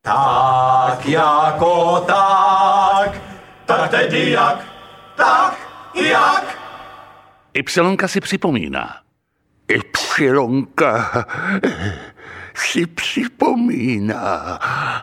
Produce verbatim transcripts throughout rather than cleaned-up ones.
Tak jako tak, tak tedy jak, tak jak. Ypsilonka si připomíná. Ypsilonka si připomíná.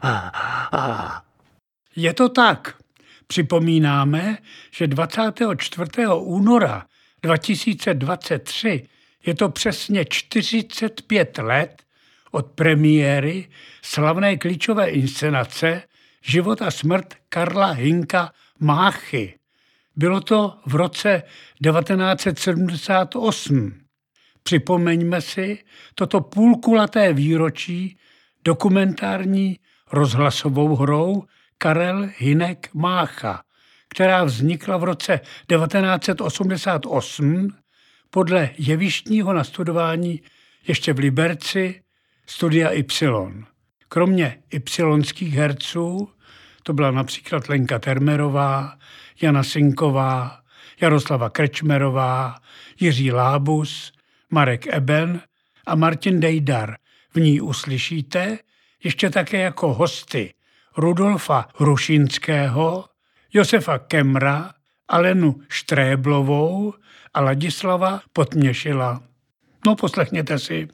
Je to tak. Připomínáme, že dvacátého čtvrtého února dva tisíce dvacet tři je to přesně čtyřicet pět let od premiéry slavné klíčové inscenace Život a smrt Karla Hynka Máchy. Bylo to v roce devatenáct set sedmdesát osm. Připomeňme si toto půlkulaté výročí dokumentární rozhlasovou hrou Karel Hynek Mácha, která vznikla v roce devatenáct set osmdesát osm podle jevištního nastudování ještě v Liberci Studia Y. Kromě ypsilonských herců, to byla například Lenka Termerová, Jana Sinková, Jaroslava Krečmerová, Jiří Lábus, Marek Eben a Martin Dejdar. V ní uslyšíte ještě také jako hosty Rudolfa Hrušinského, Josefa Kemra, Alenu Štréblovou a Ladislava Potměšila. No, poslechněte si.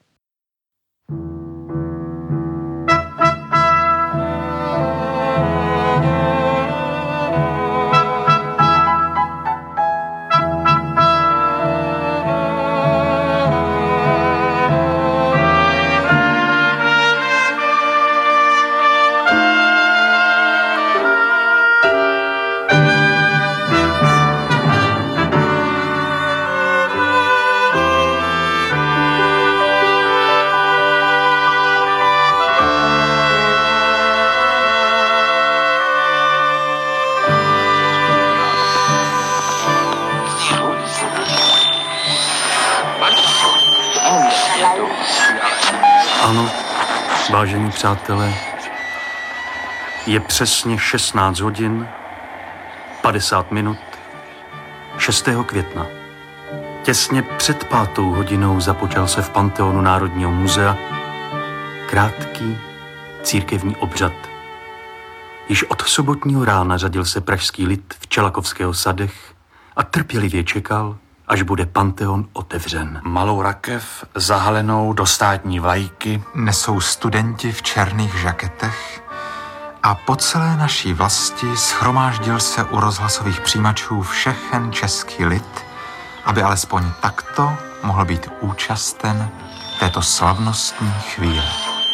Ano, vážení přátelé, je přesně šestnáct hodin, padesát minut, šestého května. Těsně před pátou hodinou započal se v Panteonu Národního muzea krátký církevní obřad. Již od sobotního rána řadil se pražský lid v Čelakovského sadech a trpělivě čekal, až bude Panteon otevřen. Malou rakev zahalenou do státní vlajky nesou studenti v černých žaketech a po celé naší vlasti shromáždil se u rozhlasových přijímačů všechen český lid, aby alespoň takto mohl být účasten této slavnostní chvíle.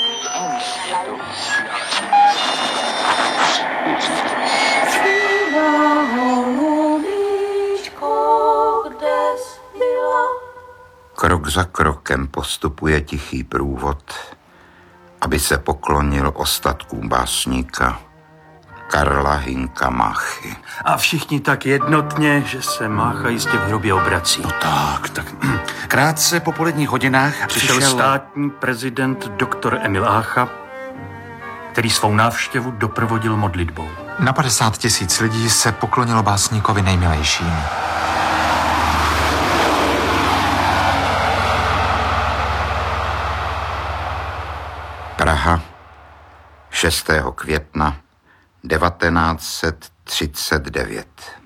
Krok za krokem postupuje tichý průvod, aby se poklonil ostatkům básníka Karla Hynka Máchy. A všichni tak jednotně, že se Mácha jistě v hrobě obrací. No tak, tak krátce po poledních hodinách přišel, přišel státní prezident doktor Emil Ácha, který svou návštěvu doprovodil modlitbou. Na padesát tisíc lidí se poklonilo básníkovi nejmilejším. Praha, šestého května devatenáct set třicet devět.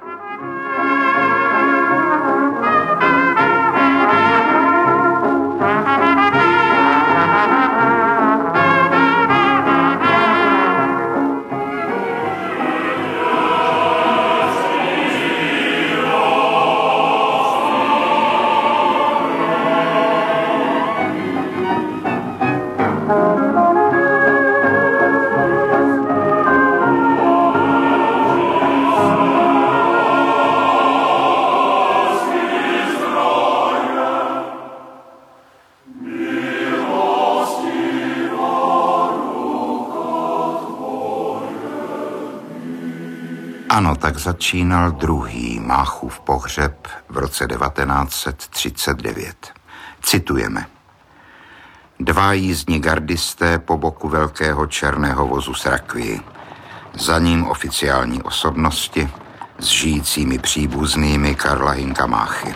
Ano, tak začínal druhý Máchův pohřeb v roce devatenáct set třicet devět. Citujeme. Dva jízdní gardisté po boku velkého černého vozu s rakví. Za ním oficiální osobnosti s žijícími příbuznými Karla Hynka Máchy.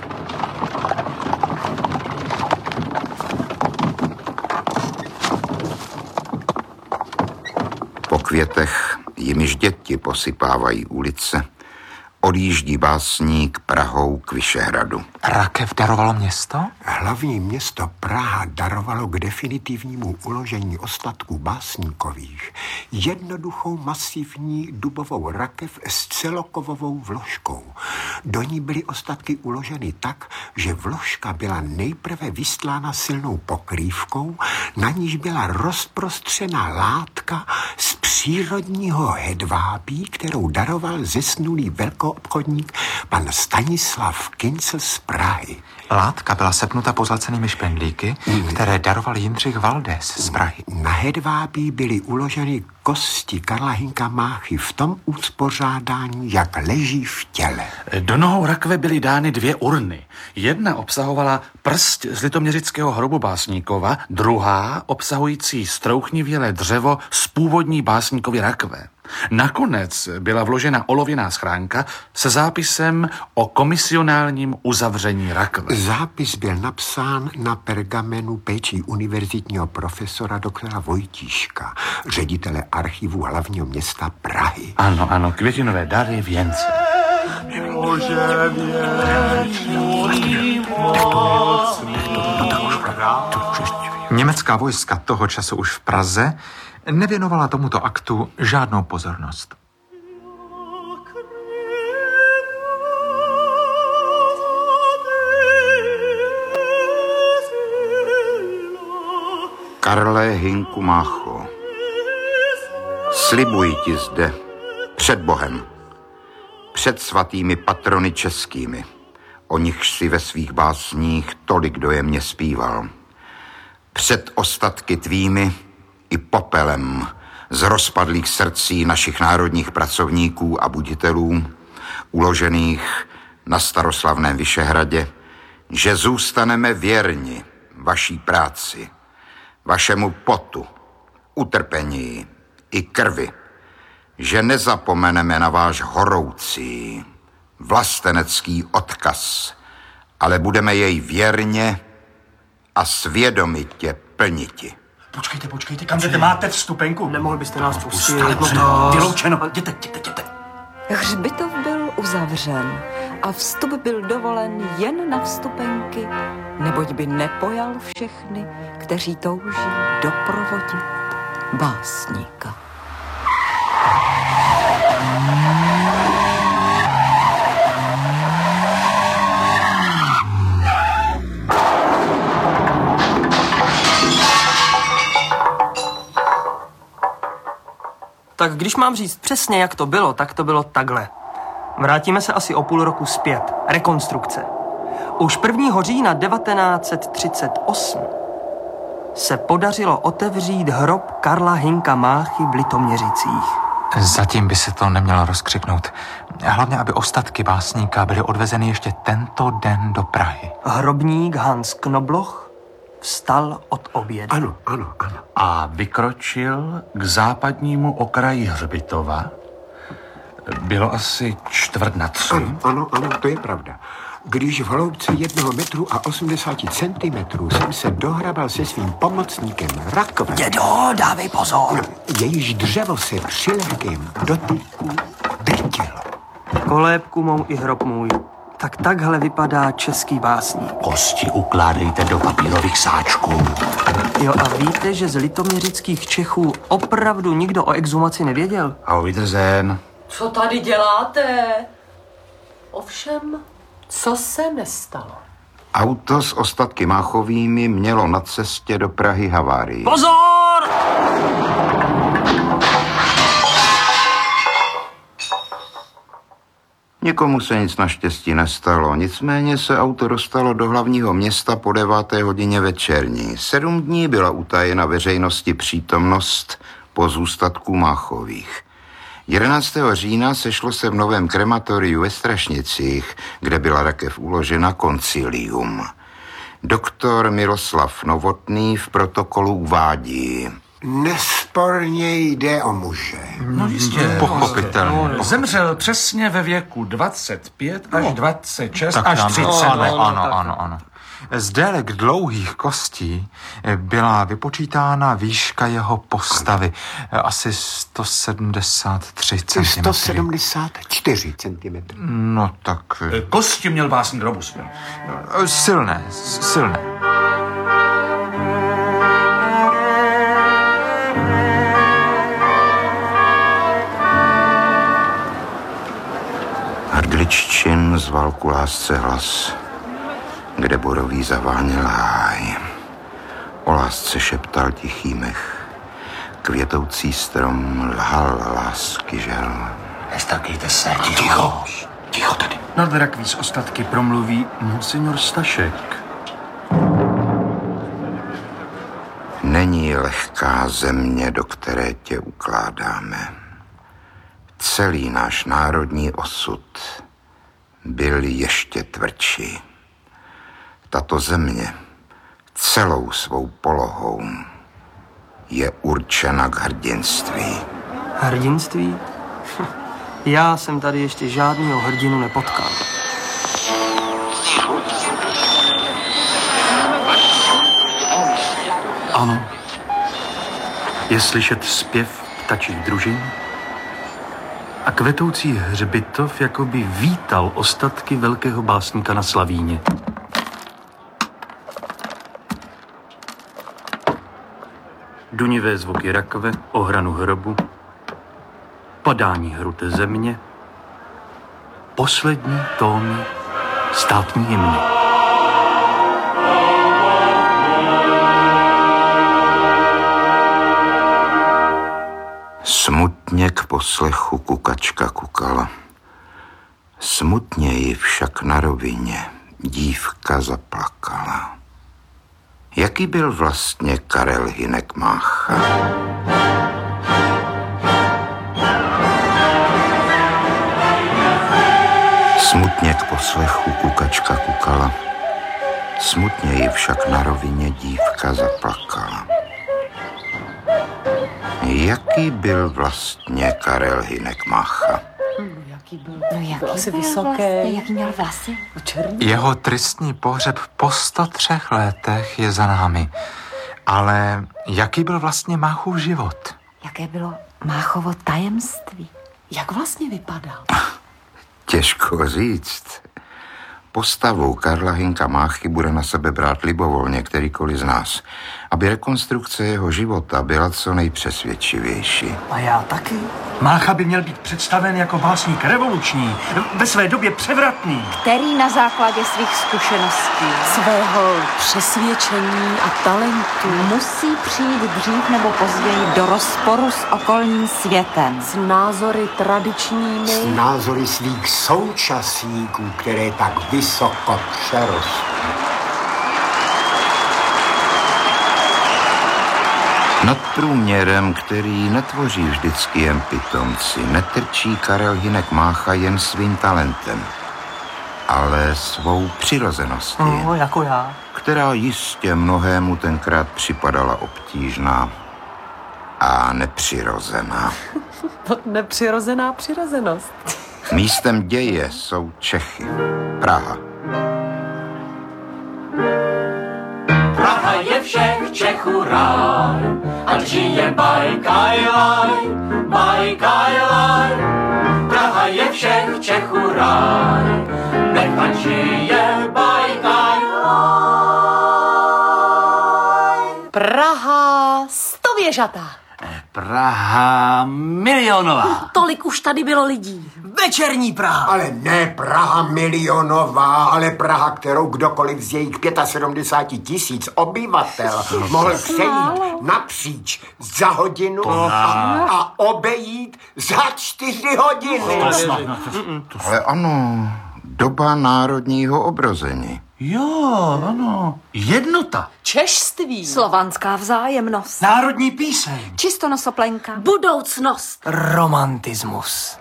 květech, jimiž děti posypávají ulice, odjíždí básník Prahou k Vyšehradu. Rakev darovalo město? Hlavní město Praha darovalo k definitivnímu uložení ostatků básníkových jednoduchou masivní dubovou rakev s celokovovou vložkou. Do ní byly ostatky uloženy tak, že vložka byla nejprve vystlána silnou pokrývkou, na níž byla rozprostřená látka z přírodního hedvábí, kterou daroval zesnulý velkoobchodník pan Stanislav Kincl z Prahy. Látka byla sepnuta pozlacenými špendlíky, které daroval Jindřich Valdés z Prahy. Na hedvábí byly uloženy kosti Karla Hynka Máchy v tom uspořádání, jak leží v těle. Do nohou rakve byly dány dvě urny. Jedna obsahovala prst z litoměřického hrobu básníkova, druhá obsahující strouchnivělé dřevo z původní básníkovy rakve. Nakonec byla vložena olověná schránka se zápisem o komisionálním uzavření rakve. Zápis byl napsán na pergamenu péčí univerzitního profesora doktora Vojtíška, ředitele archivu hlavního města Prahy. Ano, ano, květinové dary, věnce. Bože věčný, mocný. Německá vojska toho času už v Praze nevěnovala tomuto aktu žádnou pozornost. Karle Hynku Mácho, slibuji ti zde před Bohem, před svatými patrony českými, o nichž si ve svých básních tolik dojemně zpíval, před ostatky tvými i popelem z rozpadlých srdcí našich národních pracovníků a buditelů, uložených na staroslavném Vyšehradě, že zůstaneme věrni vaší práci, vašemu potu, utrpení i krvi, že nezapomeneme na váš horoucí, vlastenecký odkaz, ale budeme jej věrně a svědomitě plniti. Počkejte, počkejte, kam jdete? Máte vstupenku? Nemohl byste nás pustit? Vyloučeno, jděte, jděte, jděte. Hřbitov byl uzavřen a vstup byl dovolen jen na vstupenky, neboť by nepojal všechny, kteří touží doprovodit básníka. Tak když mám říct přesně, jak to bylo, tak to bylo takhle. Vrátíme se asi o půl roku zpět. Rekonstrukce. Už prvního října devatenáct set třicet osm se podařilo otevřít hrob Karla Hynka Máchy v Litoměřicích. Zatím by se to nemělo rozkřiknout. Hlavně, aby ostatky básníka byly odvezeny ještě tento den do Prahy. Hrobník Hans Knobloch vstal od oběda. Ano, ano, ano. A vykročil k západnímu okraji hřbitova. Bylo asi čtvrt na tři. Ano, ano, ano, to je pravda. Když v hloubce jednoho metru a osmdesáti centimetrů jsem se dohrabal se svým pomocníkem rakve. Dědo, dávej pozor. Jejíž dřevo se při lehkém dotyku drtilo. Kolébku mou i hrob můj. Tak takhle vypadá český básník. Kosti ukládejte do papírových sáčků. Jo, a víte, že z litoměřických Čechů opravdu nikdo o exhumaci nevěděl? A Wiedersehen. Co tady děláte? Ovšem, co se nestalo? Auto s ostatky Máchovými mělo na cestě do Prahy havárii. Pozor! Nikomu se nic naštěstí nestalo, nicméně se auto dostalo do hlavního města po deváté hodině večerní. Sedm dní byla utajena veřejnosti přítomnost pozůstatků Máchových. jedenáctého října sešlo se v novém krematoriu ve Strašnicích, kde byla rakev uložena, koncilium. Doktor Miroslav Novotný v protokolu uvádí: Nesporně jde o muže. No jistě. Pochopitelně. Zemřel přesně ve věku dvacet pět až dvacet šest tak až ano, třicet. Ano, ano, ano, ano. Z délek dlouhých kostí byla vypočítána výška jeho postavy asi sto sedmdesát tři centimetrů. sto sedmdesát čtyři centimetrů. No tak... Kosti měl básník robustné. Silné, silné. Hrdliččin zval ku lásce hlas, kde borový zaváněl háj. O lásce šeptal tichý mech, květoucí strom lhal lásky žel. Nestakejte se, ticho. Ticho tady. Nad rakví z ostatky promluví monsignor Stašek. Není lehká země, do které tě ukládáme. Celý náš národní osud byl ještě tvrdší. Tato země celou svou polohou je určena k hrdinství. Hrdinství? Já jsem tady ještě žádného hrdinu nepotkal. Ano. Je slyšet zpěv ptačích družin a kvetoucí hřbitov jakoby vítal ostatky velkého básníka na Slavíně. Dunivé zvuky rakve, ohranu hrobu, padání hrud země, poslední tóny státní hymny. Smutně k poslechu kukačka kukala. Smutněji však na rovině dívka zaplakala. Jaký byl vlastně Karel Hynek Mácha? Smutně k poslechu kukačka kukala. Smutněji však na rovině dívka zaplakala. Jaký byl vlastně Karel Hynek Mácha? Hmm, jaký byl? No jaký Asi byl vysoké. Vlastně, jaký měl vlasy? Černý. Jeho tristní pohřeb po sto třech letech je za námi. Ale jaký byl vlastně Máchův život? Jaké bylo Máchovo tajemství? Jak vlastně vypadal? Těžko říct. Postavou Karla Hynka Máchy bude na sebe brát libovolně kterýkoliv z nás, aby rekonstrukce jeho života byla co nejpřesvědčivější. A já taky. Mácha by měl být představen jako básník revoluční, ve své době převratný. Který na základě svých zkušeností, Svého přesvědčení a talentu. musí přijít dřív nebo později do rozporu s okolním světem. S názory tradičními. S názory svých současníků, které tak vysoko přerostly. Nad průměrem, který netvoří vždycky jen pitomci, netrčí Karel Hynek Mácha jen svým talentem, ale svou přirozeností, No, jako já. která jistě mnohému tenkrát připadala obtížná a nepřirozená. Nepřirozená přirozenost. Místem děje jsou Čechy, Praha. Praha je všech Čechů ráj, ať žije bajkajlaj, bajkajlaj. Praha je všech Čechů ráj, nech ať žije bajkajlaj. Praha stověžatá. Praha milionová. Tolik už tady bylo lidí. Večerní Praha. Ale ne Praha milionová, ale Praha, kterou kdokoliv z jejich sedmdesát pět tisíc obyvatel mohl přejít napříč za hodinu a, a obejít za čtyři hodiny. Ale ano, doba národního obrození. Jo, ano. Jednota. Češství. Slovanská vzájemnost. Národní píseň. Čistonosoplenka. Budoucnost. Romantismus.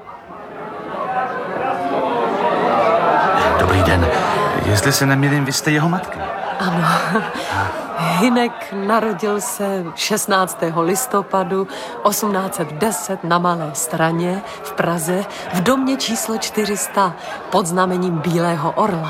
Dobrý den. Jestli se nemýlím, vy jste jeho matka. Ano. Hynek narodil se šestnáctého listopadu osmnáct set deset na Malé Straně v Praze v domě číslo čtyři sta pod znamením Bílého orla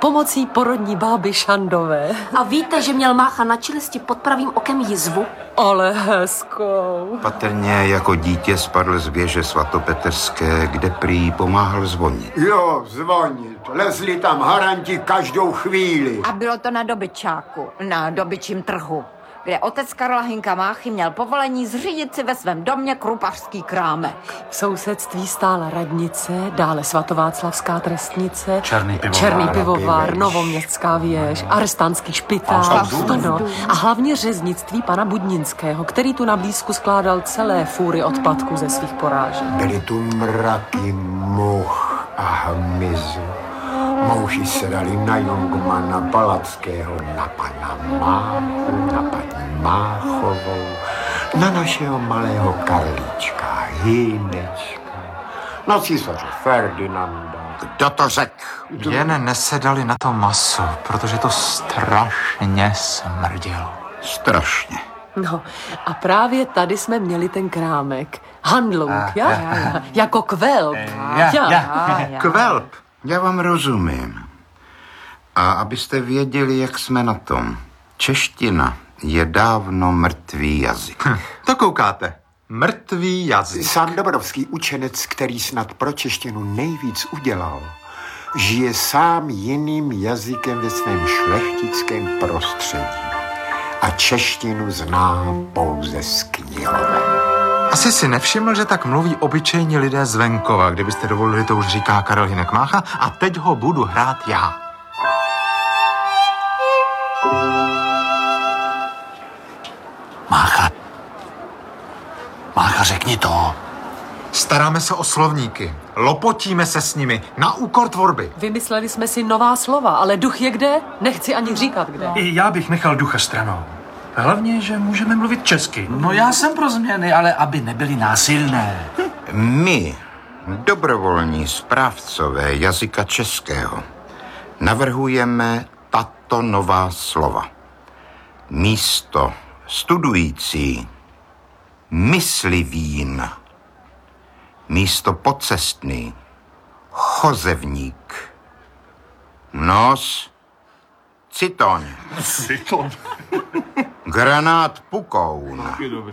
pomocí porodní báby Šandové. A víte, že měl Mácha na čelisti pod pravým okem jizvu? Ale hezkou. Patrně jako dítě spadl z věže svatopetrské, kde prý pomáhal zvonit. Jo, zvonit. Lezli tam haranti každou chvíli. A bylo to na dobyčáku, na dobyčím trhu, kde otec Karla Hynka Máchy měl povolení zřídit si ve svém domě krupařský krámek. V sousedství stála radnice, dále svatováclavská trestnice, Černý pivovar, Černý pivovar věž. Novoměstská věž, arestantský špitál, ano, a hlavně řeznictví pana Budninského, který tu na blízku skládal celé fůry odpadků ze svých porážek. Byly tu mraky much a hmyzu. Mouši se dali na Jungmana Palackého, na pana Máchu, na paní Máchovou, na našeho malého Karlíčka Hynečka, na císaře Ferdinanda. Kdo to řekl? Jen nesedali na to maso, protože to strašně smrdělo. Strašně. No a právě tady jsme měli ten krámek. Handlung, Ah, ja? ja, ja. Jako kvelp. Ja, ja. ja. Kvelp. Já vám rozumím. A abyste věděli, jak jsme na tom. Čeština je dávno mrtvý jazyk. Hm, to koukáte. Mrtvý jazyk. Sám Dobrovský učenec, který snad pro češtinu nejvíc udělal, žije sám jiným jazykem ve svém šlechtickém prostředí. A češtinu zná pouze z knihoven. Asi si nevšiml, že tak mluví obyčejní lidé z venkova. Kdybyste dovolili, to už říká Karel Hynek Mácha. A teď ho budu hrát já. Mácha. Mácha, řekni to. Staráme se o slovníky. Lopotíme se s nimi na úkor tvorby. Vymysleli jsme si nová slova, ale duch je kde? Nechci ani říkat kde. I já bych nechal ducha stranou. Hlavně, že můžeme mluvit česky. No já jsem pro změny, ale aby nebyly násilné. My, dobrovolní správcové jazyka českého, navrhujeme tato nová slova. Místo studující, myslivín. Místo pocestný, chozevník. Nos, citoň. Citoň. Granát pukoun.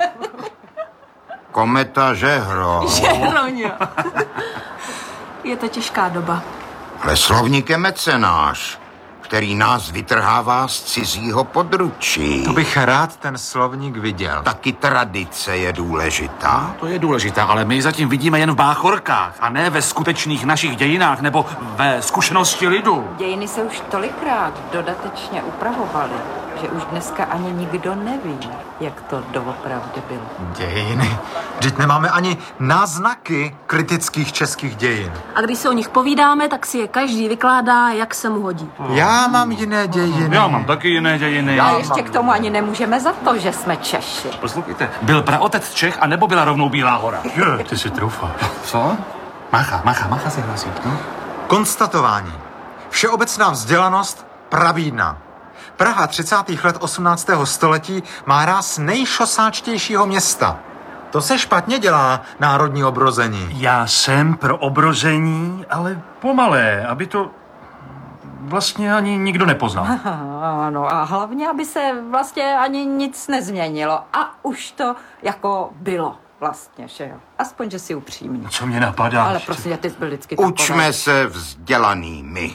Kometa žehro. Žehroňo. Je to těžká doba. Ale slovník je mecenáš, který nás vytrhává z cizího područí. To bych rád ten slovník viděl. Taky tradice je důležitá. To je důležitá, ale my ji zatím vidíme jen v báchorkách a ne ve skutečných našich dějinách nebo ve zkušenosti lidu. Dějiny se už tolikrát dodatečně upravovaly, že už dneska ani nikdo neví, jak to doopravdy bylo. Dějiny? Vždyť nemáme ani náznaky kritických českých dějin. A když se o nich povídáme, tak si je každý vykládá, jak se mu hodí. Já mám jiné dějiny. Já mám taky jiné dějiny. A ještě k tomu ani nemůžeme za to, že jsme Češi. Poslouchejte, byl praotec Čech a nebo byla rovnou Bílá hora? Je, ty si troufáš. Co? Mácha, Mácha, Mácha se hlásí. No? Konstatování. Všeobecná vzdělanost pravídná. Praha třicátých let osmnáctého století má ráz nejšosáčtějšího města. To se špatně dělá, národní obrození. Já jsem pro obrození, ale pomalé, aby to vlastně ani nikdo nepoznal. Ano, a hlavně, aby se vlastně ani nic nezměnilo. A už to jako bylo vlastně, že jo. Aspoň, že si upřímný. Co mě napadá? Ale prosím, ty jsi byl vždycky takový. Učme se vzdělanými.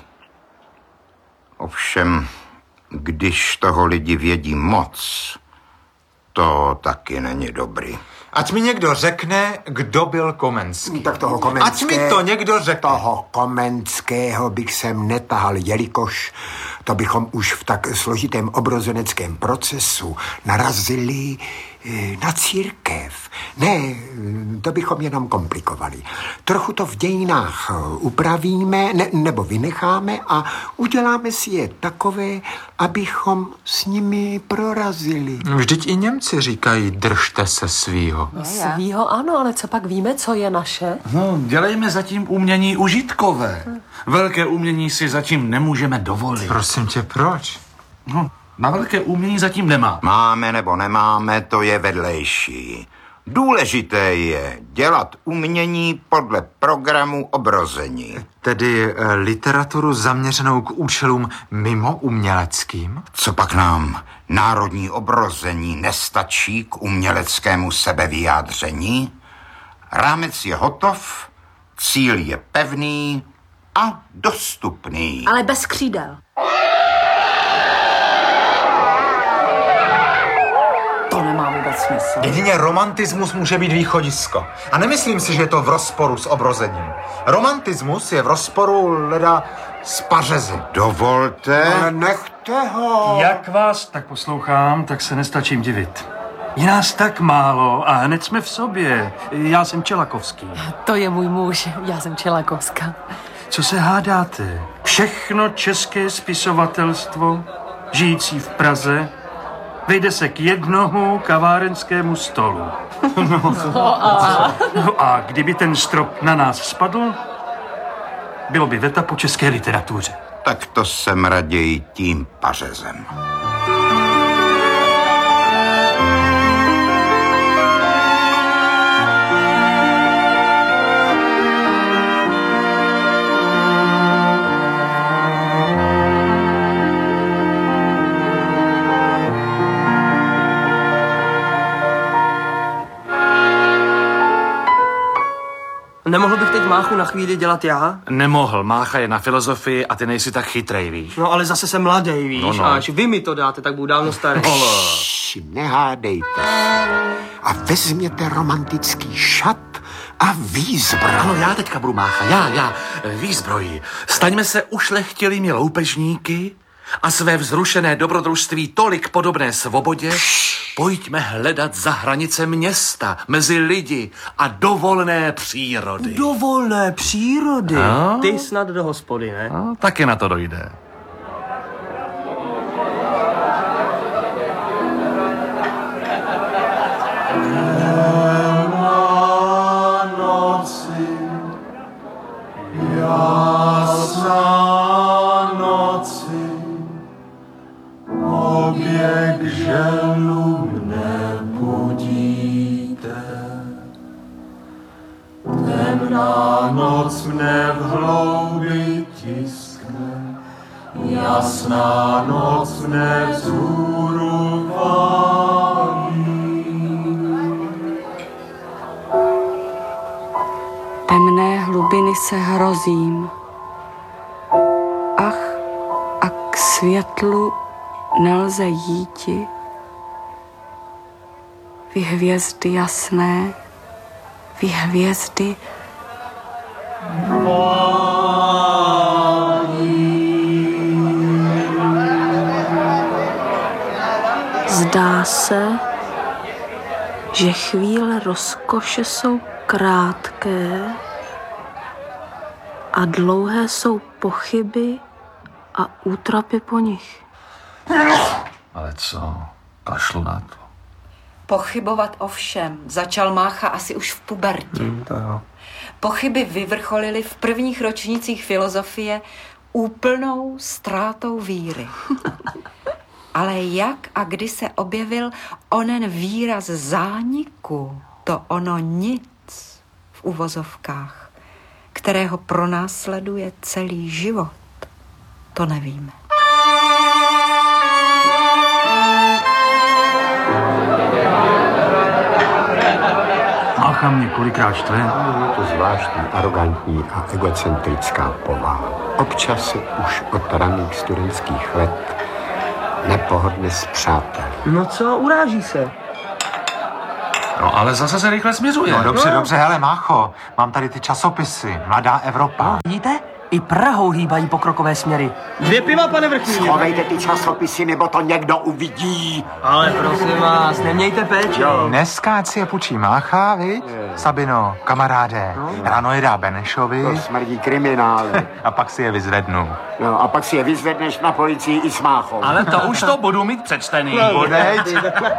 Ovšem, když toho lidi vědí moc, to taky není dobrý. Ať mi někdo řekne, kdo byl Komenský. Tak toho Komenského... Ať mi to někdo řekne. Toho Komenského bych sem netahal, jelikož to bychom už v tak složitém obrozeneckém procesu narazili na církev. Ne, to bychom jenom komplikovali. Trochu to v dějinách upravíme, ne, nebo vynecháme a uděláme si je takové, abychom s nimi prorazili. Vždyť i Němci říkají, držte se svýho. No, svýho ano, ale co pak víme, co je naše? No, dělejme zatím umění užitkové. Velké umění si zatím nemůžeme dovolit. Prosím tě, proč? No, na velké umění zatím nemá. Máme nebo nemáme, to je vedlejší. Důležité je dělat umění podle programu obrození. Tedy e, literaturu zaměřenou k účelům mimo uměleckým? Co pak nám národní obrození nestačí k uměleckému sebevyjádření? Rámec je hotov, cíl je pevný a dostupný. Ale bez křídel. To nemá vůbec smysl. Jedině romantismus může být východisko. A nemyslím si, že je to v rozporu s obrozením. Romantismus je v rozporu leda s pařezy. Dovolte. Ale nechte ho. Jak vás tak poslouchám, tak se nestačím divit. Je nás tak málo a hned jsme v sobě. Já jsem Čelakovský. To je můj muž, já jsem Čelakovská. Co se hádáte? Všechno české spisovatelstvo, žijící v Praze, vejde se k jednomu kavárenskému stolu. No a... No a kdyby ten strop na nás spadl, bylo by veta po české literatuře. Tak to jsem raději tím pařezem. Nemohl bych teď Máchu na chvíli dělat já? Nemohl, Mácha je na filozofii a ty nejsi tak chytrej, víš? No ale zase jsem mladej, víš? No, no. A až vy mi to dáte, tak budu dávno starý. Šš, nehádejte se. A vezměte romantický šat a výzbroj. Ano, já teďka budu Mácha, já, já, výzbroji. Staňme se ušlechtilými loupežníky a své vzrušené dobrodružství tolik podobné svobodě pojďme hledat za hranice města, mezi lidi a dovolné přírody. Dovolné přírody? No? Ty snad do hospody, ne? No, taky na to dojde. Jasná noci, obě k želu mne budíte. Temná noc mne v hloubi tiskne, jasná noc mne vzhůru válí. Temné hlubiny se hrozím. Ach, a k světlu nelze jíti. Vy hvězdy jasné, vy hvězdy zdá se, že chvíle rozkoše jsou krátké a dlouhé jsou pochyby a útrapy po nich. Ale co? Kašlu na to. Pochybovat o všem začal Mácha asi už v pubertě. Hmm, to jo. Pochyby vyvrcholily v prvních ročnících filozofie úplnou ztrátou víry. Ale jak a kdy se objevil onen výraz zániku, to ono nic v uvozovkách, kterého pronásleduje celý život, to nevíme. Mácha mě kolikrát štve. Je to zvláštní, arrogantní a egocentrická povaha. Občas se už od raných studentských let nepohodne s přáteli. No co, uráží se. No ale zase se rychle směřuje. No dobře, dobře, hele Mácho, mám tady ty časopisy, Mladá Evropa. No, vidíte? I Prahou hýbají pokrokové směry. Dvě piva, pane vrchní. Schovejte ty časopisy, nebo to někdo uvidí. Ale prosím vás, nemějte péči. Dneska si je půjčí Mácha, viď? Sabino, kamaráde, no. Ráno je dá Benešovi. To smrdí kriminál. A pak si je vyzvednu. No a pak si je vyzvedneš na policii i s Máchou. Ale to už to budu mít přečtený. No, Bodejť.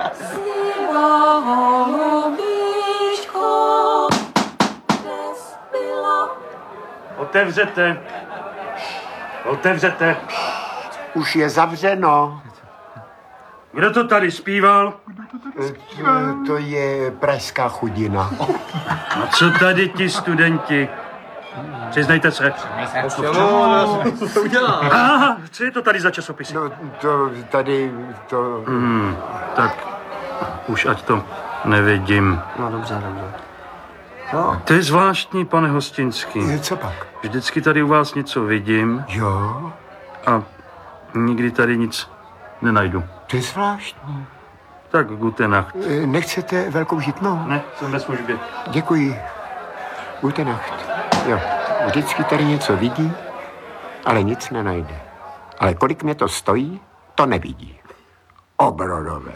Otevřete. Otevřete. Už je zavřeno. Kdo to tady zpíval? To, to je pražská chudina. A co tady ti studenti? Přiznejte se. Co udělá? Aha, co je to tady za časopisy? No, to tady, to... Hmm, tak už ať to nevidím. No dobře, dobře. No. To je zvláštní, pane Hostinský. Co pak? Vždycky tady u vás něco vidím. Jo. A nikdy tady nic nenajdu. To je zvláštní. Tak gute Nacht. Nechcete velkou žitnou? Ne, jsem ve službě. Děkuji. Gute Nacht. Jo, vždycky tady něco vidí, ale nic nenajde. Ale kolik mě to stojí, to nevidí. Obrodové.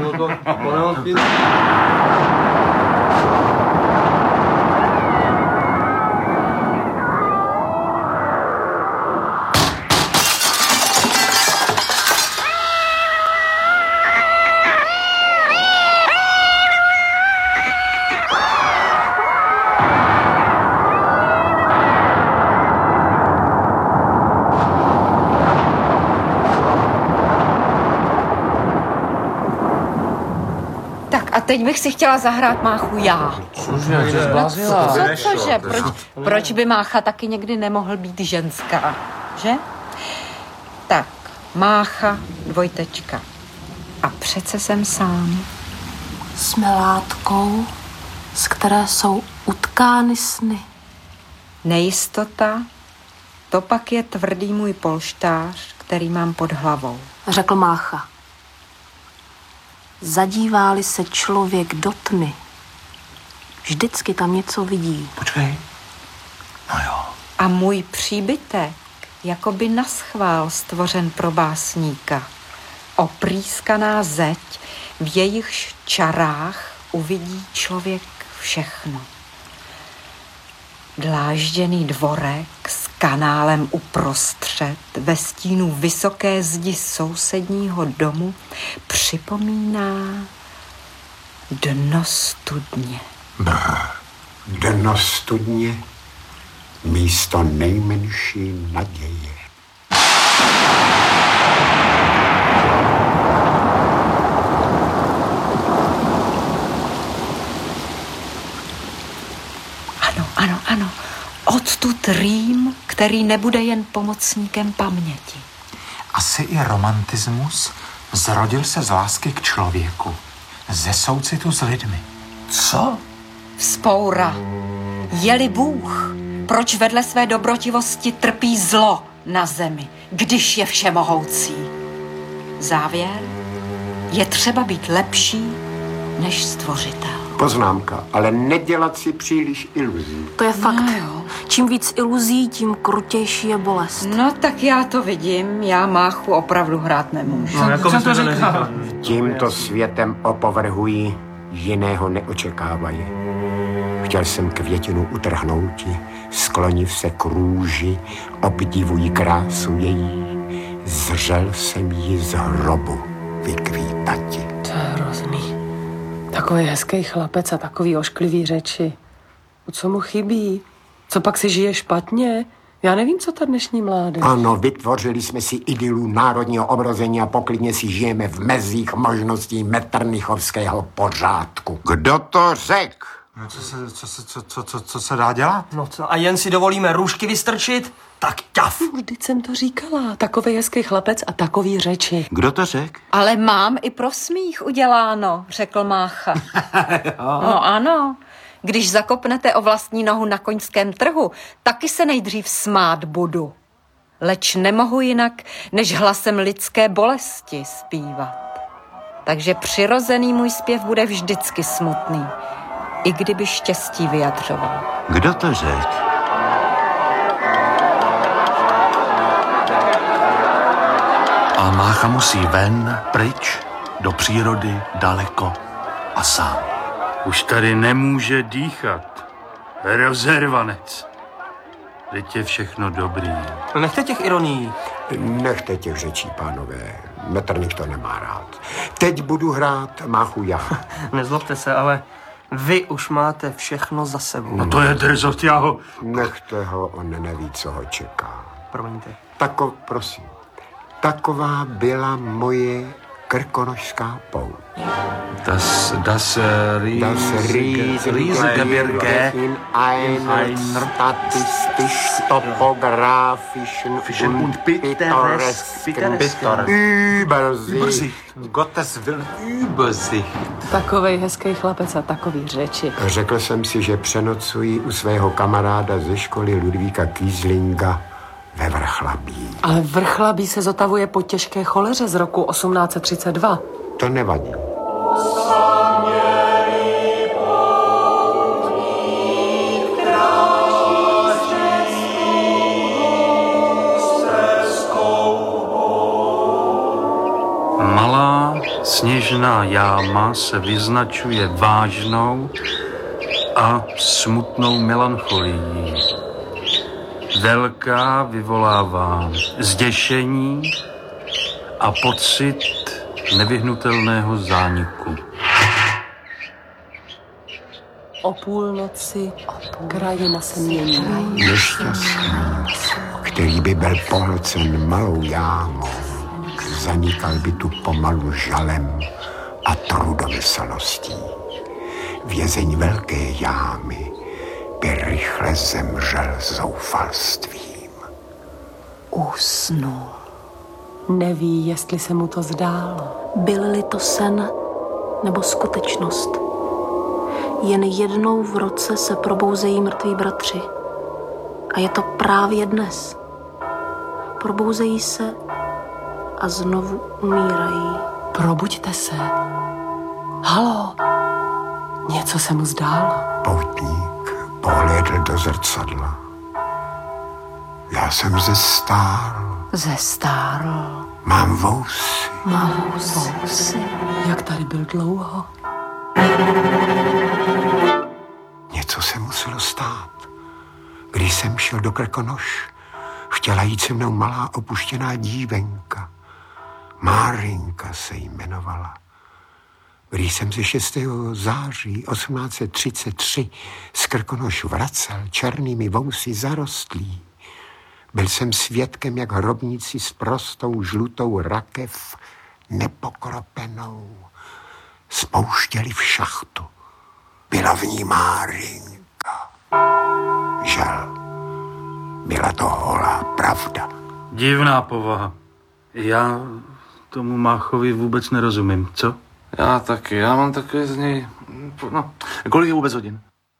A teď bych si chtěla zahrát máchu já. Cože, jsi zbláznila? Co, cože? Proč, proč by mácha taky někdy nemohl být ženská? Že? Tak, mácha, dvojtečka. A přece jsem sám. Jsme látkou, z které jsou utkány sny. Nejistota, to pak je tvrdý můj polštář, který mám pod hlavou. Řekl mácha. Zadívá-li se člověk do tmy, vždycky tam něco vidí. Počkej. No jo. A můj příbytek, jakoby naschvál stvořen pro básníka. Oprýskaná zeď, v jejichž čarách uvidí člověk všechno. Dlážděný dvorek s kanálem uprostřed ve stínu vysoké zdi sousedního domu připomíná dno studně. Brr, dno studně, místo nejmenší naděje. Ano, ano, ano. Odtud rým, který nebude jen pomocníkem paměti. Asi i romantismus zrodil se z lásky k člověku, ze soucitu s lidmi. Co? Vzpoura. Je-li Bůh, proč vedle své dobrotivosti trpí zlo na zemi, když je všemohoucí? Závěr? Je třeba být lepší než stvořitel. Poznámka, ale nedělat si příliš iluzí. To je fakt. No jo. Čím víc iluzí, tím krutější je bolest. No tak já to vidím, já máchu opravdu hrát nemůžu. No, jako co to říká? Tímto světem opovrhují, jiného neočekávají. Chtěl jsem květinu utrhnouti, skloniv se k růži, obdivují krásu její, zřel jsem ji z hrobu vykvítati. To je hrozný. Takový hezký chlapec a takový ošklivý řeči. Co mu chybí? Co pak si žije špatně? Já nevím, co ta dnešní mládež. Ano, vytvořili jsme si idylu národního obrození a poklidně si žijeme v mezích možností metternichovského pořádku. Kdo to řekl? No, co, se, co, se, co, co, co, co se dá dělat? No co, a jen si dovolíme růžky vystrčit? Tak ťaf! Vždyť jsem to říkala. Takový hezký chlapec a takový řeči. Kdo to řekl? Ale mám i pro smích uděláno, řekl mácha. No ano, když zakopnete o vlastní nohu na koňském trhu, taky se nejdřív smát budu. Leč nemohu jinak, než hlasem lidské bolesti zpívat. Takže přirozený můj zpěv bude vždycky smutný, i kdyby štěstí vyjadřoval. Kdo to řekl? A mácha musí ven, pryč, do přírody, daleko a sám. Už tady nemůže dýchat. Rozervanec. Teď je všechno dobrý. No nechte těch ironií. Nechte těch řečí, pánové. Metternich to nemá rád. Teď budu hrát máchu já. Nezlobte se, ale vy už máte všechno za sebou. No to je drzost, já ho... Nechte ho, on neví, co ho čeká. Promiňte. Tako, prosím. Taková byla moje Krkonošská pouť. Das, das, Das Riesengebirge in einer statistisch topografischen und pittoresken Übersicht. Gottes Willen, Übersicht. Takovej hezký chlapec a takový řeči. Řekl jsem si, že přenocuji u svého kamaráda ze školy Ludvíka Kieslinga ve Vrchlabí. Ale Vrchlabí se zotavuje po těžké choleře z roku osmnáct třicet dva. To nevadí. Malá sněžná jáma se vyznačuje vážnou a smutnou melancholií. Velká vyvolává zděšení a pocit nevyhnutelného zániku. O půlnoci krajina se mění. Nešťastný, který by byl pohlcen malou jámou, zanikal by tu pomalu žalem a trudomyslností. Vězeň velké jámy by rychle zemřel zoufalstvím. Usnul. Neví, jestli se mu to zdálo. Byl-li to sen nebo skutečnost. Jen jednou v roce se probouzejí mrtví bratři. A je to právě dnes. Probouzejí se a znovu umírají. Probuďte se. Halo, něco se mu zdálo. Poutník pohlédl do zrcadla. Já jsem zestárl. Zestárl. Mám vousy. Mám vousy. Jak tady byl dlouho? Něco se muselo stát. Když jsem šel do Krkonoš, chtěla jít se mnou malá opuštěná dívenka. Márinka se jmenovala. Když jsem se šestého září osmnáct třicet tři z Krkonoš vracel černými vousy zarostlý, byl jsem svědkem, jak hrobníci s prostou žlutou rakev nepokropenou spouštěli v šachtu. Byla v ní Márinka. Žel, byla to holá pravda. Divná povaha. Já tomu Máchovi vůbec nerozumím, co? Já taky, já mám takové z něj... No, kolik je vůbec hodin?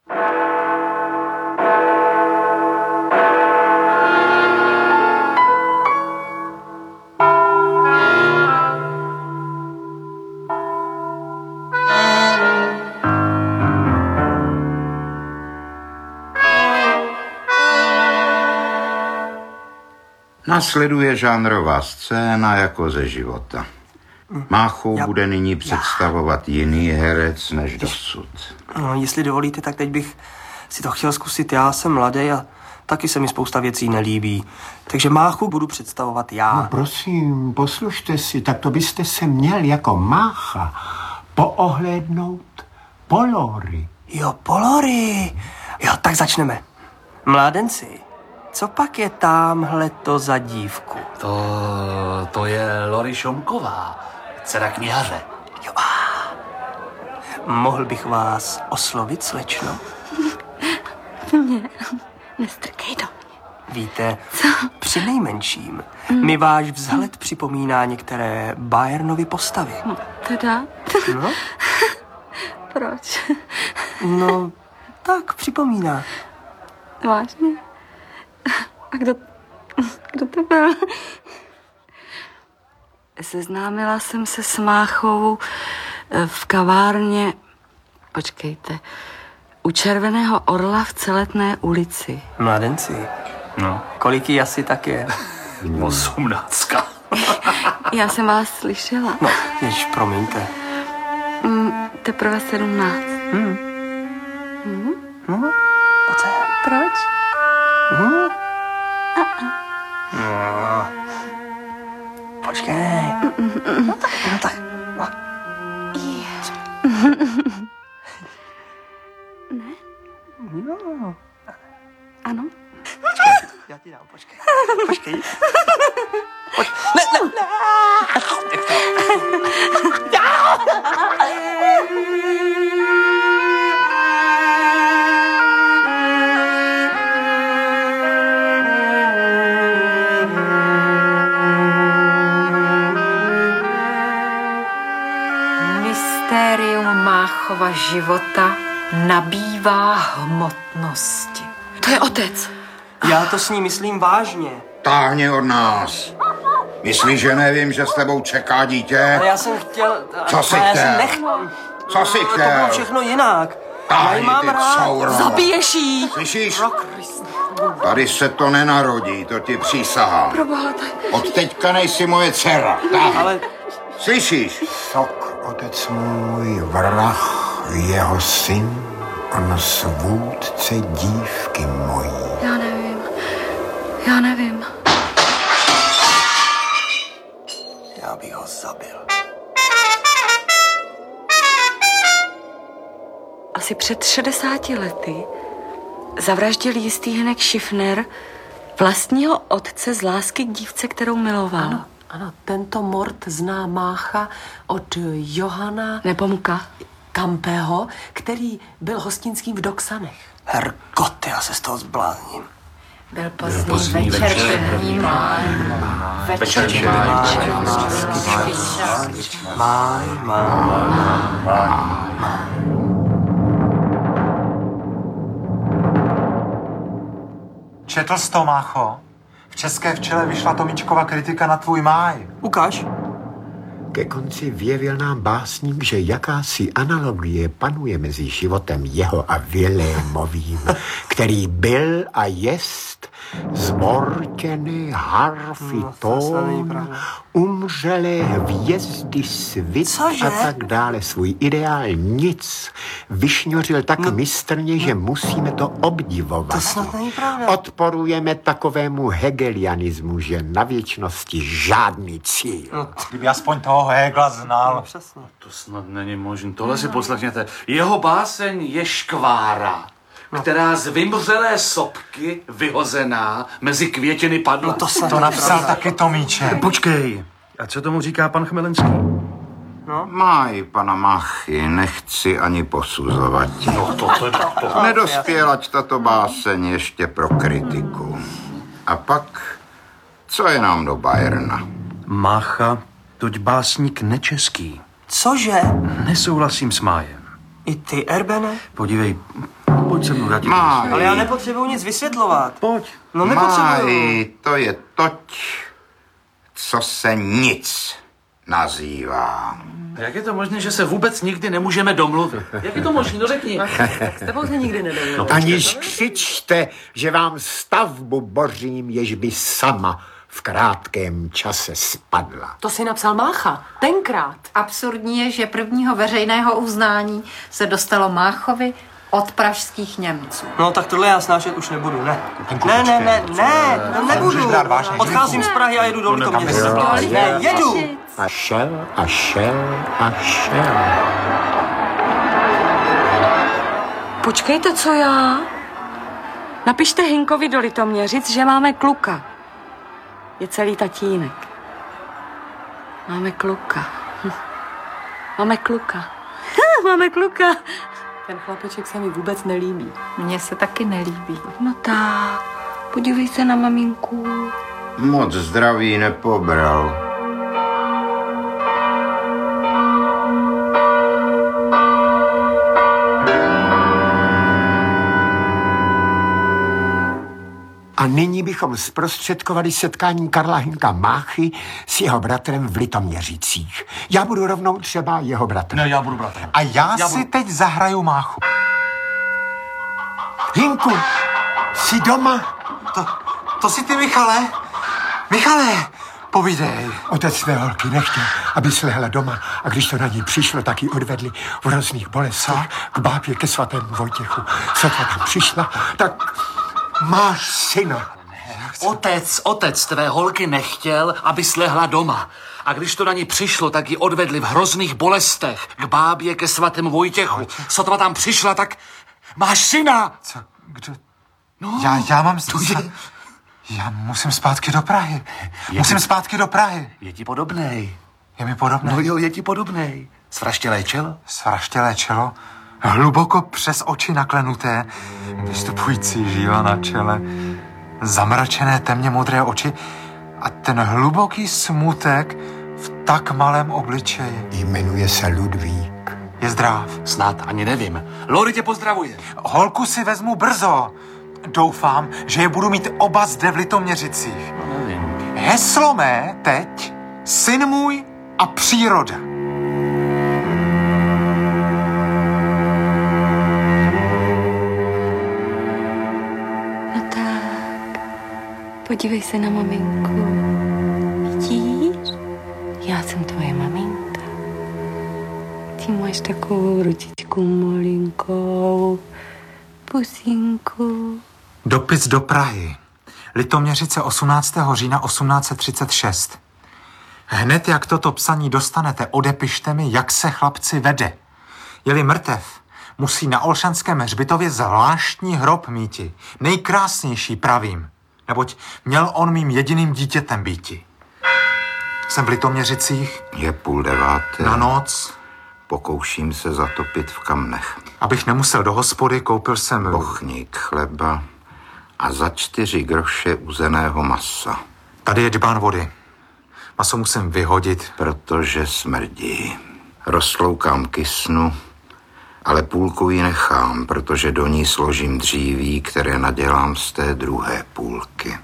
Nasleduje žánrová scéna jako ze života. Máchu Já... bude nyní představovat jiný herec než dosud. No, jestli dovolíte, tak teď bych si to chtěl zkusit. Já jsem mladý a taky se mi spousta věcí nelíbí. Takže Máchu budu představovat já. No prosím, poslušte si, tak to byste se měl jako Mácha poohlédnout Polory. Jo, Polory. Jo, tak začneme. Mládenci, co pak je támhleto za dívku? To, to je Lory Šomková, dcera knihaře. Jo, a mohl bych vás oslovit, slečno? Mě, nestrkej do mě. Víte, co? Při nejmenším mm. mi váš vzhled připomíná některé Bayernovy postavy. No, teda? No? Proč? No, tak připomíná. Vážně? A kdo, kdo to byl? Seznámila jsem se s Máchou v kavárně, počkejte, u Červeného orla v Celetné ulici. Mladenci, no. Kolik jí asi tak je? Osmnáctka. Já jsem vás slyšela. No, jež, promiňte. Mm, teprve sedmnáct. Hmm. Hmm? No, a co je? Proč? Hmm? A-a. No. Počkej. No tak, no tak. No. Ne? No. Ano. Počkej. Já ti dám, počkej. Počkej. Poč- ne, ne, ne. Tak to. Mystérium Máchova života nabývá hmotnosti. To je otec. Já to s ní myslím vážně. Táhni od nás. Myslíš, že nevím, že s tebou čeká dítě? Ale já jsem chtěl... Co jsi já chtěl? jsem nech... Co jsi chtěl? To bylo všechno jinak. Já ji Táhni, mám ty rád. couro. Zabiješ jí. Slyšíš? Tady se to nenarodí, to ti přísahám. Proboha, tak... Od teďka nejsi moje dcera. Tak. Ale... Slyšíš? Sok, otec můj, vrah, jeho syn, on svůdce dívky mojí. Já nevím. Já nevím. Já bych ho zabil. Asi před šedesáti lety zavraždil jistý Hynek Schiffner vlastního otce z lásky k dívce, kterou miloval. Ano, ano, tento mord zná Mácha od Johana Nepomůka Kampého, který byl hostinským v Doksanech. Hergot, já se z toho zblázním. Byl pozdní, pozdní večer, první máj. Večer, večer, máj. Máj, máj. Četl jsi to, Mácho? V České včele vyšla Tomíčkova kritika na tvůj máj. Ukáž. Ke konci vyjevil nám básník, že jakási analogie panuje mezi životem jeho a Vilémovým, který byl a jest zmortěný harfy tón, umřelé hvězdy svit Cože? a tak dále. Svůj ideál nic vyšňořil tak no. mistrně, že musíme to obdivovat. To snad není pravda. Odporujeme takovému hegelianismu, že na věčnosti žádný cíl. No. Kdyby aspoň toho Hegla znal. No, přesně. To snad není možné. Tohle si poslechněte. Jeho báseň je škvára, no. která z vymřelé sopky vyhozená mezi květiny padla. No to se To napsal taky Tomíček. Počkej, a co tomu říká pan Chmelenský? No? Máj, pana Machy, nechci ani posuzovat. No to, to, to, to. Nedospěla ať tato báseň ještě pro kritiku. A pak, co je nám do Bayerna? Mácha, toť básník nečeský. Cože? Nesouhlasím s Májem. I ty, Erbene? Podívej, pojď se mnou, já ti Máj. Ale já nepotřebuji nic vysvětlovat. Pojď. No nepotřebuji. Máj, to je toť, co se nic nazývá. Jak je to možné, že se vůbec nikdy nemůžeme domluvit? Jak je to možné? No řekni. Tak s tebou se nikdy nedomluvím. No, aniž křičte, že vám stavbu bořím, jež by sama v krátkém čase spadla. To si napsal Mácha, tenkrát. Absurdní je, že prvního veřejného uznání se dostalo Máchovi od pražských Němců. No tak tohle já snášet už nebudu, ne. Ne, ne, ne, ne, no nebudu. Odcházím z Prahy a jedu do Litoměřice. Ne, jedu. A šel, a šel, a šel. Počkejte, co já? Napište Hinkovi do Litoměřic, že máme kluka. Je celý tatínek. Máme kluka. Hm. Máme kluka. Máme kluka. Ten chlapeček se mi vůbec nelíbí. Mně se taky nelíbí. No tak, podívej se na maminku. Moc zdraví nepobral. A nyní bychom zprostředkovali setkání Karla Hynka Máchy s jeho bratrem v Litoměřicích. Já budu rovnou třeba jeho bratrem. Ne, já budu bratrem. A já, já si budu... teď zahraju Máchu. Hynku, jsi doma? To, to jsi ty, Michale? Michale, povídej. Otec své holky nechtěl, aby slehla doma, a když to na ní přišlo, tak ji odvedli v hrozných bolestech k bábě ke svatému Vojtěchu. Sotva tam přišla, tak máš syna. Otec, otec tvé holky nechtěl, aby slehla doma. A když to na ní přišlo, tak ji odvedli v hrozných bolestech k bábě ke svatému Vojtěchu. Vojtěch. Sotva tam přišla, tak máš syna. Co? Kdo? No, já, já mám... To je... Já musím zpátky do Prahy. Je musím ti... zpátky do Prahy. Je ti podobnej. Je mi podobnej? No jo, je ti podobnej. Svraštělé čelo? Svraštělé čelo, hluboko přes oči naklenuté, vystupující žíla na čele, zamračené temně modré oči a ten hluboký smutek v tak malém obličeji. Jmenuje se Ludvík. Je zdrav. Snad ani nevím. Lori tě pozdravuje. Holku si vezmu brzo. Doufám, že je budu mít oba zde v Litoměřicích. No nevím. Heslo mé teď, syn můj a příroda. No tak, podívej se na maminku. Vidíš? Já jsem tvoje maminka. Ty máš takovou ručičku malinkou. Pusinku. Dopis do Prahy. Litoměřice osmnáctého října osmnáct set třicet šest. Hned jak toto psaní dostanete, odepište mi, jak se chlapci vede. Je-li mrtev, musí na Olšanském hřbitově zvláštní hrob míti. Nejkrásnější, pravím. Neboť měl on mým jediným dítětem býti. Jsem v Litoměřicích. Je půl deváté. Na noc. Pokouším se zatopit v kamnech. Abych nemusel do hospody, koupil jsem... Bochník chleba a za čtyři groše uzeného masa. Tady je dbán vody. Maso musím vyhodit. Protože smrdí. Roztloukám kysnu, ale půlku ji nechám, protože do ní složím dříví, které nadělám z té druhé půlky.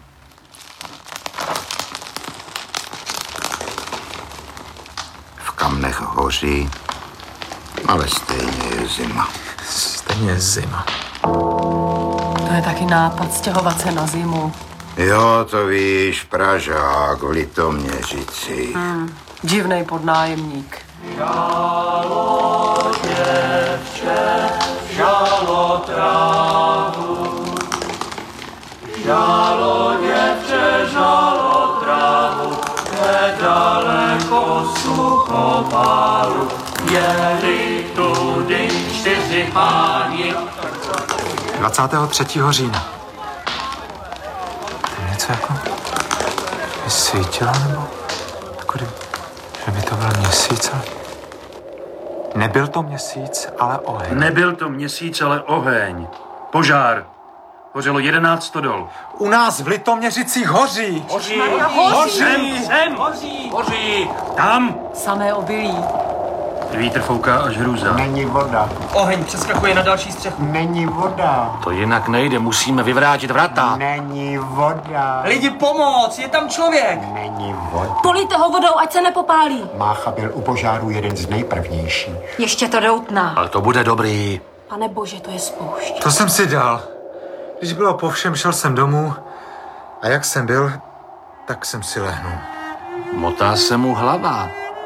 V kamnech hoří, ale stejně je zima. Stejně je zima. To je taky nápad stěhovat se na zimu. Jo, to víš, Pražák v Litoměřici. Hmm, divnej podnájemník. Žalo děvče, žalo trávu. Žalo děvče, žalo trávu. Nedaleko suchopáru. Jeli tudy čtyři páni. dvacátého třetího října. To je něco jako... by svítilo, nebo... Jako kdyby... že by to byl měsíc, ale... Nebyl to měsíc, ale oheň. Nebyl to měsíc, ale oheň. Požár. Hořelo jedenáct stodol. U nás v Litoměřicích hoří. Hoří. Hoří. Sem, sem. Hoří. Hoří. Tam. Samé obilí. Vítr fouká až hrůza. Není voda. Oheň přeskakuje na další střechu. Není voda. To jinak nejde, musíme vyvrátit vrata. Není voda. Lidi, pomoc, je tam člověk. Není voda. Polijte ho vodou, ať se nepopálí. Mácha byl u požáru jeden z nejprvnějších. Ještě to doutná. Ale to bude dobrý. Pane bože, to je spoušť. To jsem si dal. Když bylo po všem, šel jsem domů a jak jsem byl, tak jsem si lehnul. Motá se mu hlava.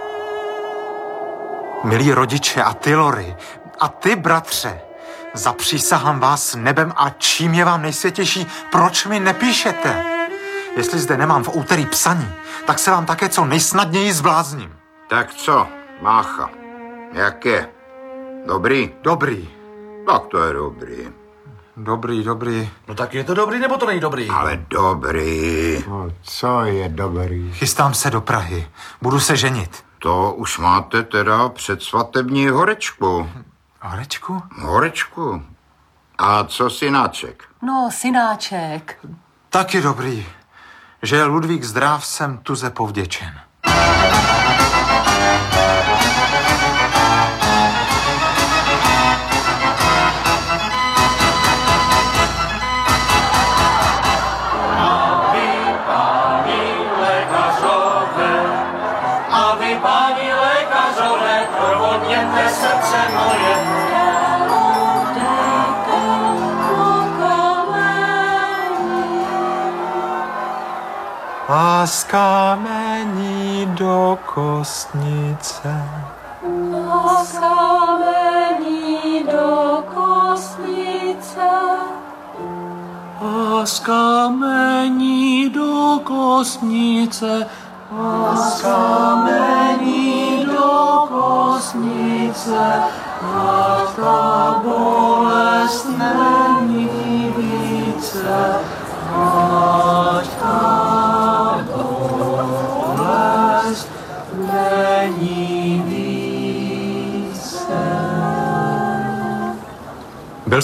Milí rodiče a ty, Lori, a ty, bratře, zapřísahám vás nebem a čím je vám nejsvětější, proč mi nepíšete? Jestli zde nemám v úterý psaní, tak se vám také co nejsnadněji zblázním. Tak co, Mácha, jak je? Dobrý? Dobrý. Tak to je dobrý. Dobrý, dobrý. No tak je to dobrý, nebo to není dobrý? Ale dobrý. No, co je dobrý? Chystám se do Prahy. Budu se ženit. To už máte teda předsvatební horečku. Horečku? Horečku. A co synáček? No, synáček. Taky dobrý. Že je Ludvík zdrav, jsem tuze povděčen. A z kamení do kostnice. A z kamení do kostnice. A z kamení do kostnice. A z kamení do kostnice. A ta bolest není více. Ať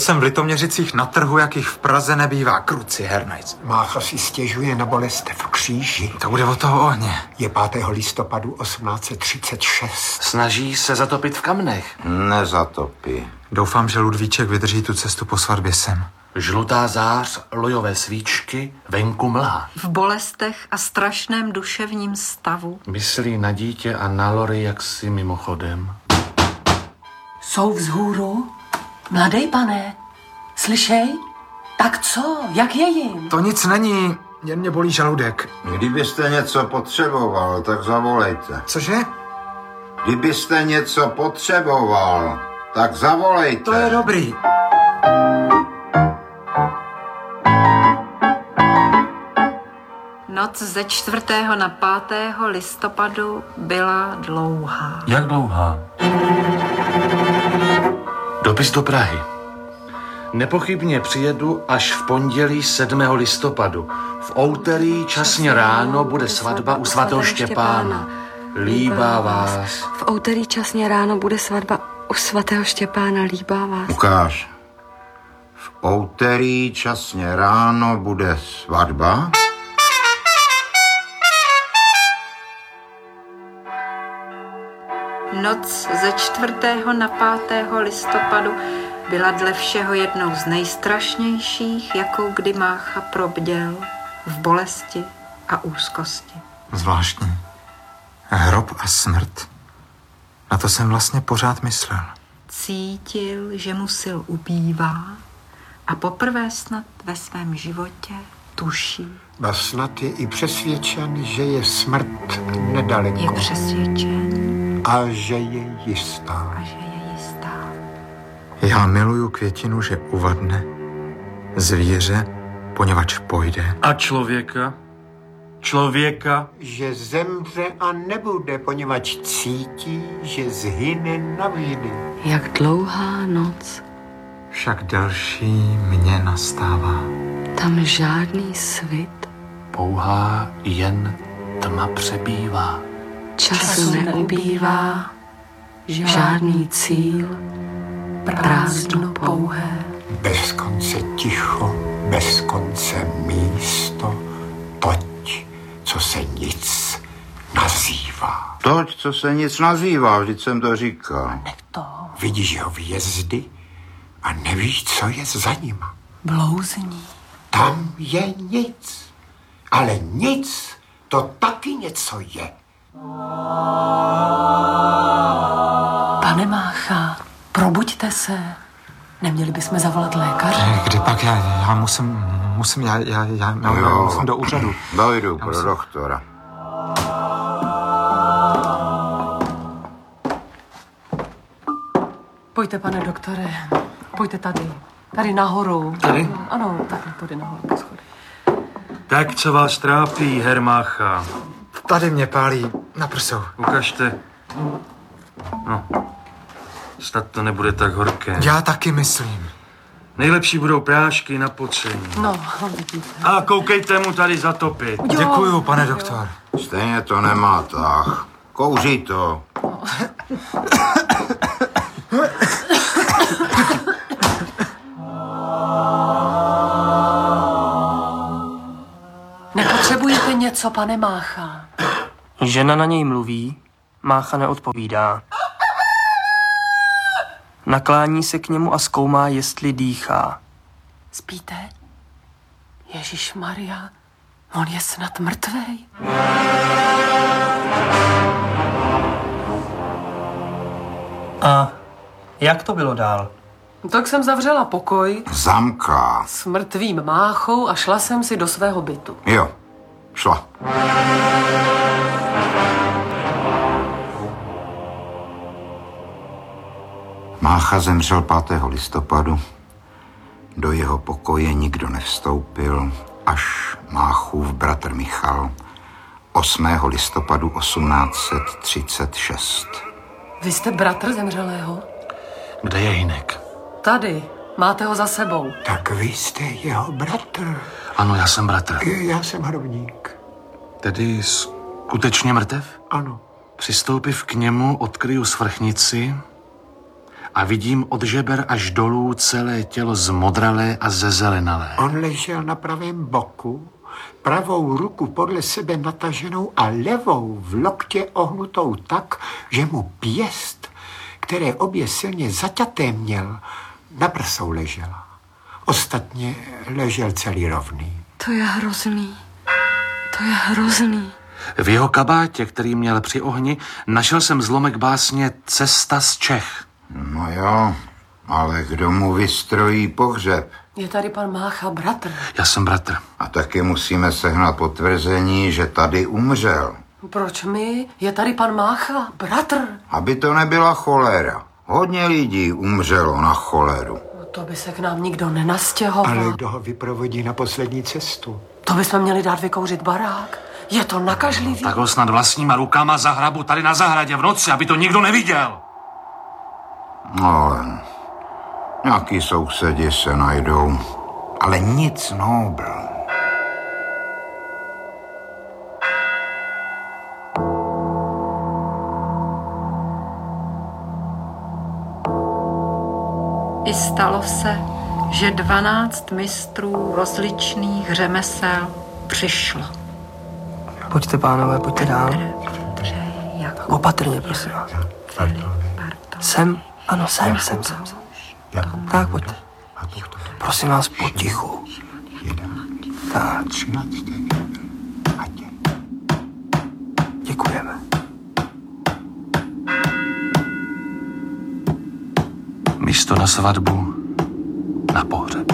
jsem v Litoměřicích na trhu, jakých v Praze nebývá. Kruci, hernajc. Mácha si stěžuje na bolest v kříži. To bude od toho ohně. Je pátého listopadu osmnáct set třicet šest. Snaží se zatopit v kamnech. Nezatopí. Doufám, že Ludvíček vydrží tu cestu po svatbě sem. Žlutá zář, lojové svíčky, venku mlha. V bolestech a strašném duševním stavu. Myslí na dítě a na Lory jaksi mimochodem. Jsou vzhůru? Mladej pane, slyšej? Tak co, jak je jim? To nic není, jen mě bolí žaludek. Kdybyste něco potřeboval, tak zavolejte. Cože? Kdybyste něco potřeboval, tak zavolejte. To je dobrý. Noc ze čtvrtého na pátého listopadu byla dlouhá. Jak dlouhá? Dopis do Prahy. Nepochybně přijedu až v pondělí sedmého listopadu. V úterý časně ráno bude svatba u svatého Štěpána. Líbá vás. V úterý časně ráno bude svatba u svatého Štěpána. Líbá vás. Ukáž. V úterý časně ráno bude svatba. Noc ze čtvrtého na pátého listopadu byla dle všeho jednou z nejstrašnějších, jakou kdy Mácha probděl v bolesti a úzkosti. Zvláštní. Hrob a smrt. Na to jsem vlastně pořád myslel. Cítil, že mu sil ubývá a poprvé snad ve svém životě tuší. A snad je i přesvědčen, že je smrt nedaleko. Je přesvědčen. A že je jistá. A že je jistá. Já miluju květinu, že uvadne, zvíře, poněvadž pojde. A člověka? Člověka? Že zemře a nebude, poněvadž cítí, že zhyne navždy. Jak dlouhá noc. Však další mě nastává. Tam žádný svit. Pouhá jen tma přebývá. Času neubývá, žádný cíl, prázdno pouhé. Bez konce ticho, bez konce místo, toť, co se nic nazývá. Toť, co se nic nazývá, vždyť jsem to říkal. Vidíš jeho výjezdy a nevíš, co je za nima. Blouzní. Tam je nic, ale nic, to taky něco je. Pane Mácha, probuďte se. Neměli bychom zavolat lékaře? Kdy pak já, já musím, musím, já, já, já, já, já musím do úřadu. Dojdu pro musím... doktora. Pojďte, pane doktore, pojďte tady. Tady nahoru. Tady? Ano, tady, tady nahoru po schodech. Tak, co vás trápí, Herr Mácha? Tady mě pálí na prsou. Ukažte. No, snad to nebude tak horké. Já taky myslím. Nejlepší budou prášky na pocení. No, vidíte. A koukejte mu tady zatopit. Jo. Děkuju, pane doktor. Stejně to nemá tah. Kouří to. Nepotřebujete něco, pane Mácha? Žena na něj mluví, Mácha neodpovídá. Naklání se k němu a zkoumá, jestli dýchá. Spíte? Ježišmarja, on je snad mrtvej. A jak to bylo dál? Tak jsem zavřela pokoj Zamka. s mrtvým Máchou a šla jsem si do svého bytu. Jo, šla. Mácha zemřel pátého listopadu. Do jeho pokoje nikdo nevstoupil, až Máchův bratr Michal osmého listopadu osmnáct set třicet šest. Vy jste bratr zemřelého? Kde je Hinek? Tady. Máte ho za sebou. Tak vy jste jeho bratr. Ano, já jsem bratr. Já jsem hrobník. Tedy skutečně mrtev? Ano. Přistoupiv k němu, odkryju svrchnici a vidím od žeber až dolů celé tělo zmodralé a zezelenalé. On ležel na pravém boku, pravou ruku podle sebe nataženou a levou v loktě ohnutou tak, že mu pěst, které obě silně zaťaté měl, na prsou ležela. Ostatně ležel celý rovný. To je hrozný. To je hrozný. V jeho kabátě, který měl při ohni, našel jsem zlomek básně Cesta z Čech. No jo, ale kdo mu vystrojí pohřeb? Je tady pan Mácha, bratr. Já jsem bratr. A taky musíme sehnat potvrzení, že tady umřel. Proč my? Je tady pan Mácha, bratr. Aby to nebyla cholera. Hodně lidí umřelo na choleru. To by se k nám nikdo nenastěhoval. Ale kdo ho vyprovodí na poslední cestu? To bychom měli dát vykouřit barák. Je to nakažlivý. Tak ho snad vlastníma rukama zahrabu tady na zahradě v noci, aby to nikdo neviděl. No ale nějaký sousedi se najdou, ale nic nobl. I stalo se, že dvanáct mistrů rozličných řemesel přišlo. Pojďte, pánové, pojďte dál. Opatrně, prosím vás. Sem? Ano, sem, sem, sem. Tak, pojďte. Prosím vás, potichu. Tak. Děkujeme. Místo na svatbu, na pohřeb.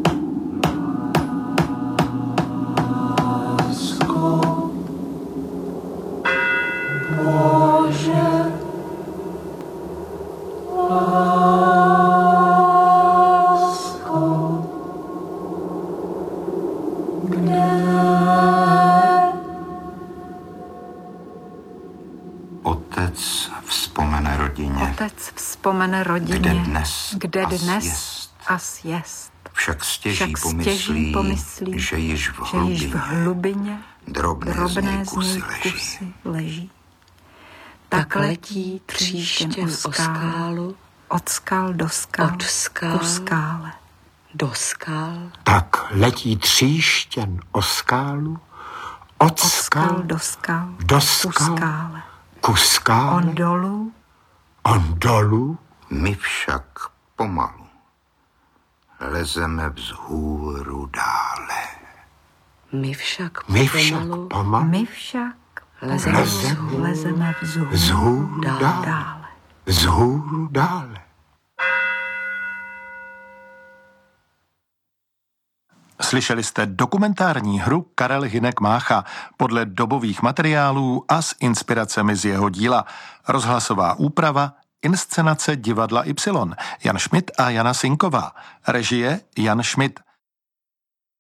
Otec vzpomene rodině, Otec vzpomene rodině, kde dnes, kde as dnes jest. as jest. Však stěží Však pomyslí, stěží pomyslí, že již v že již v hlubině hlubině drobné, drobné z něj kusy z něj leží. kusy leží. Tak letí tříštěn o skálu, od skal do skal, Od skál ku skále. do skál. Tak letí tříštěn o skálu, od Od skal skal do skal, do ku skal, skále. ku skále, On dolů, on dolů. My však pomalu lezeme vzhůru dále. My však My však pomalu pomalu my však lezeme lezeme vzhůru lezeme vzhůru vzhůru dále. dále, dále. vzhůru dále. Slyšeli jste dokumentární hru Karel Hynek Mácha podle dobových materiálů a s inspiracemi z jeho díla. Rozhlasová úprava, inscenace Divadla Y. Jan Schmidt a Jana Sinková. Režie Jan Schmidt.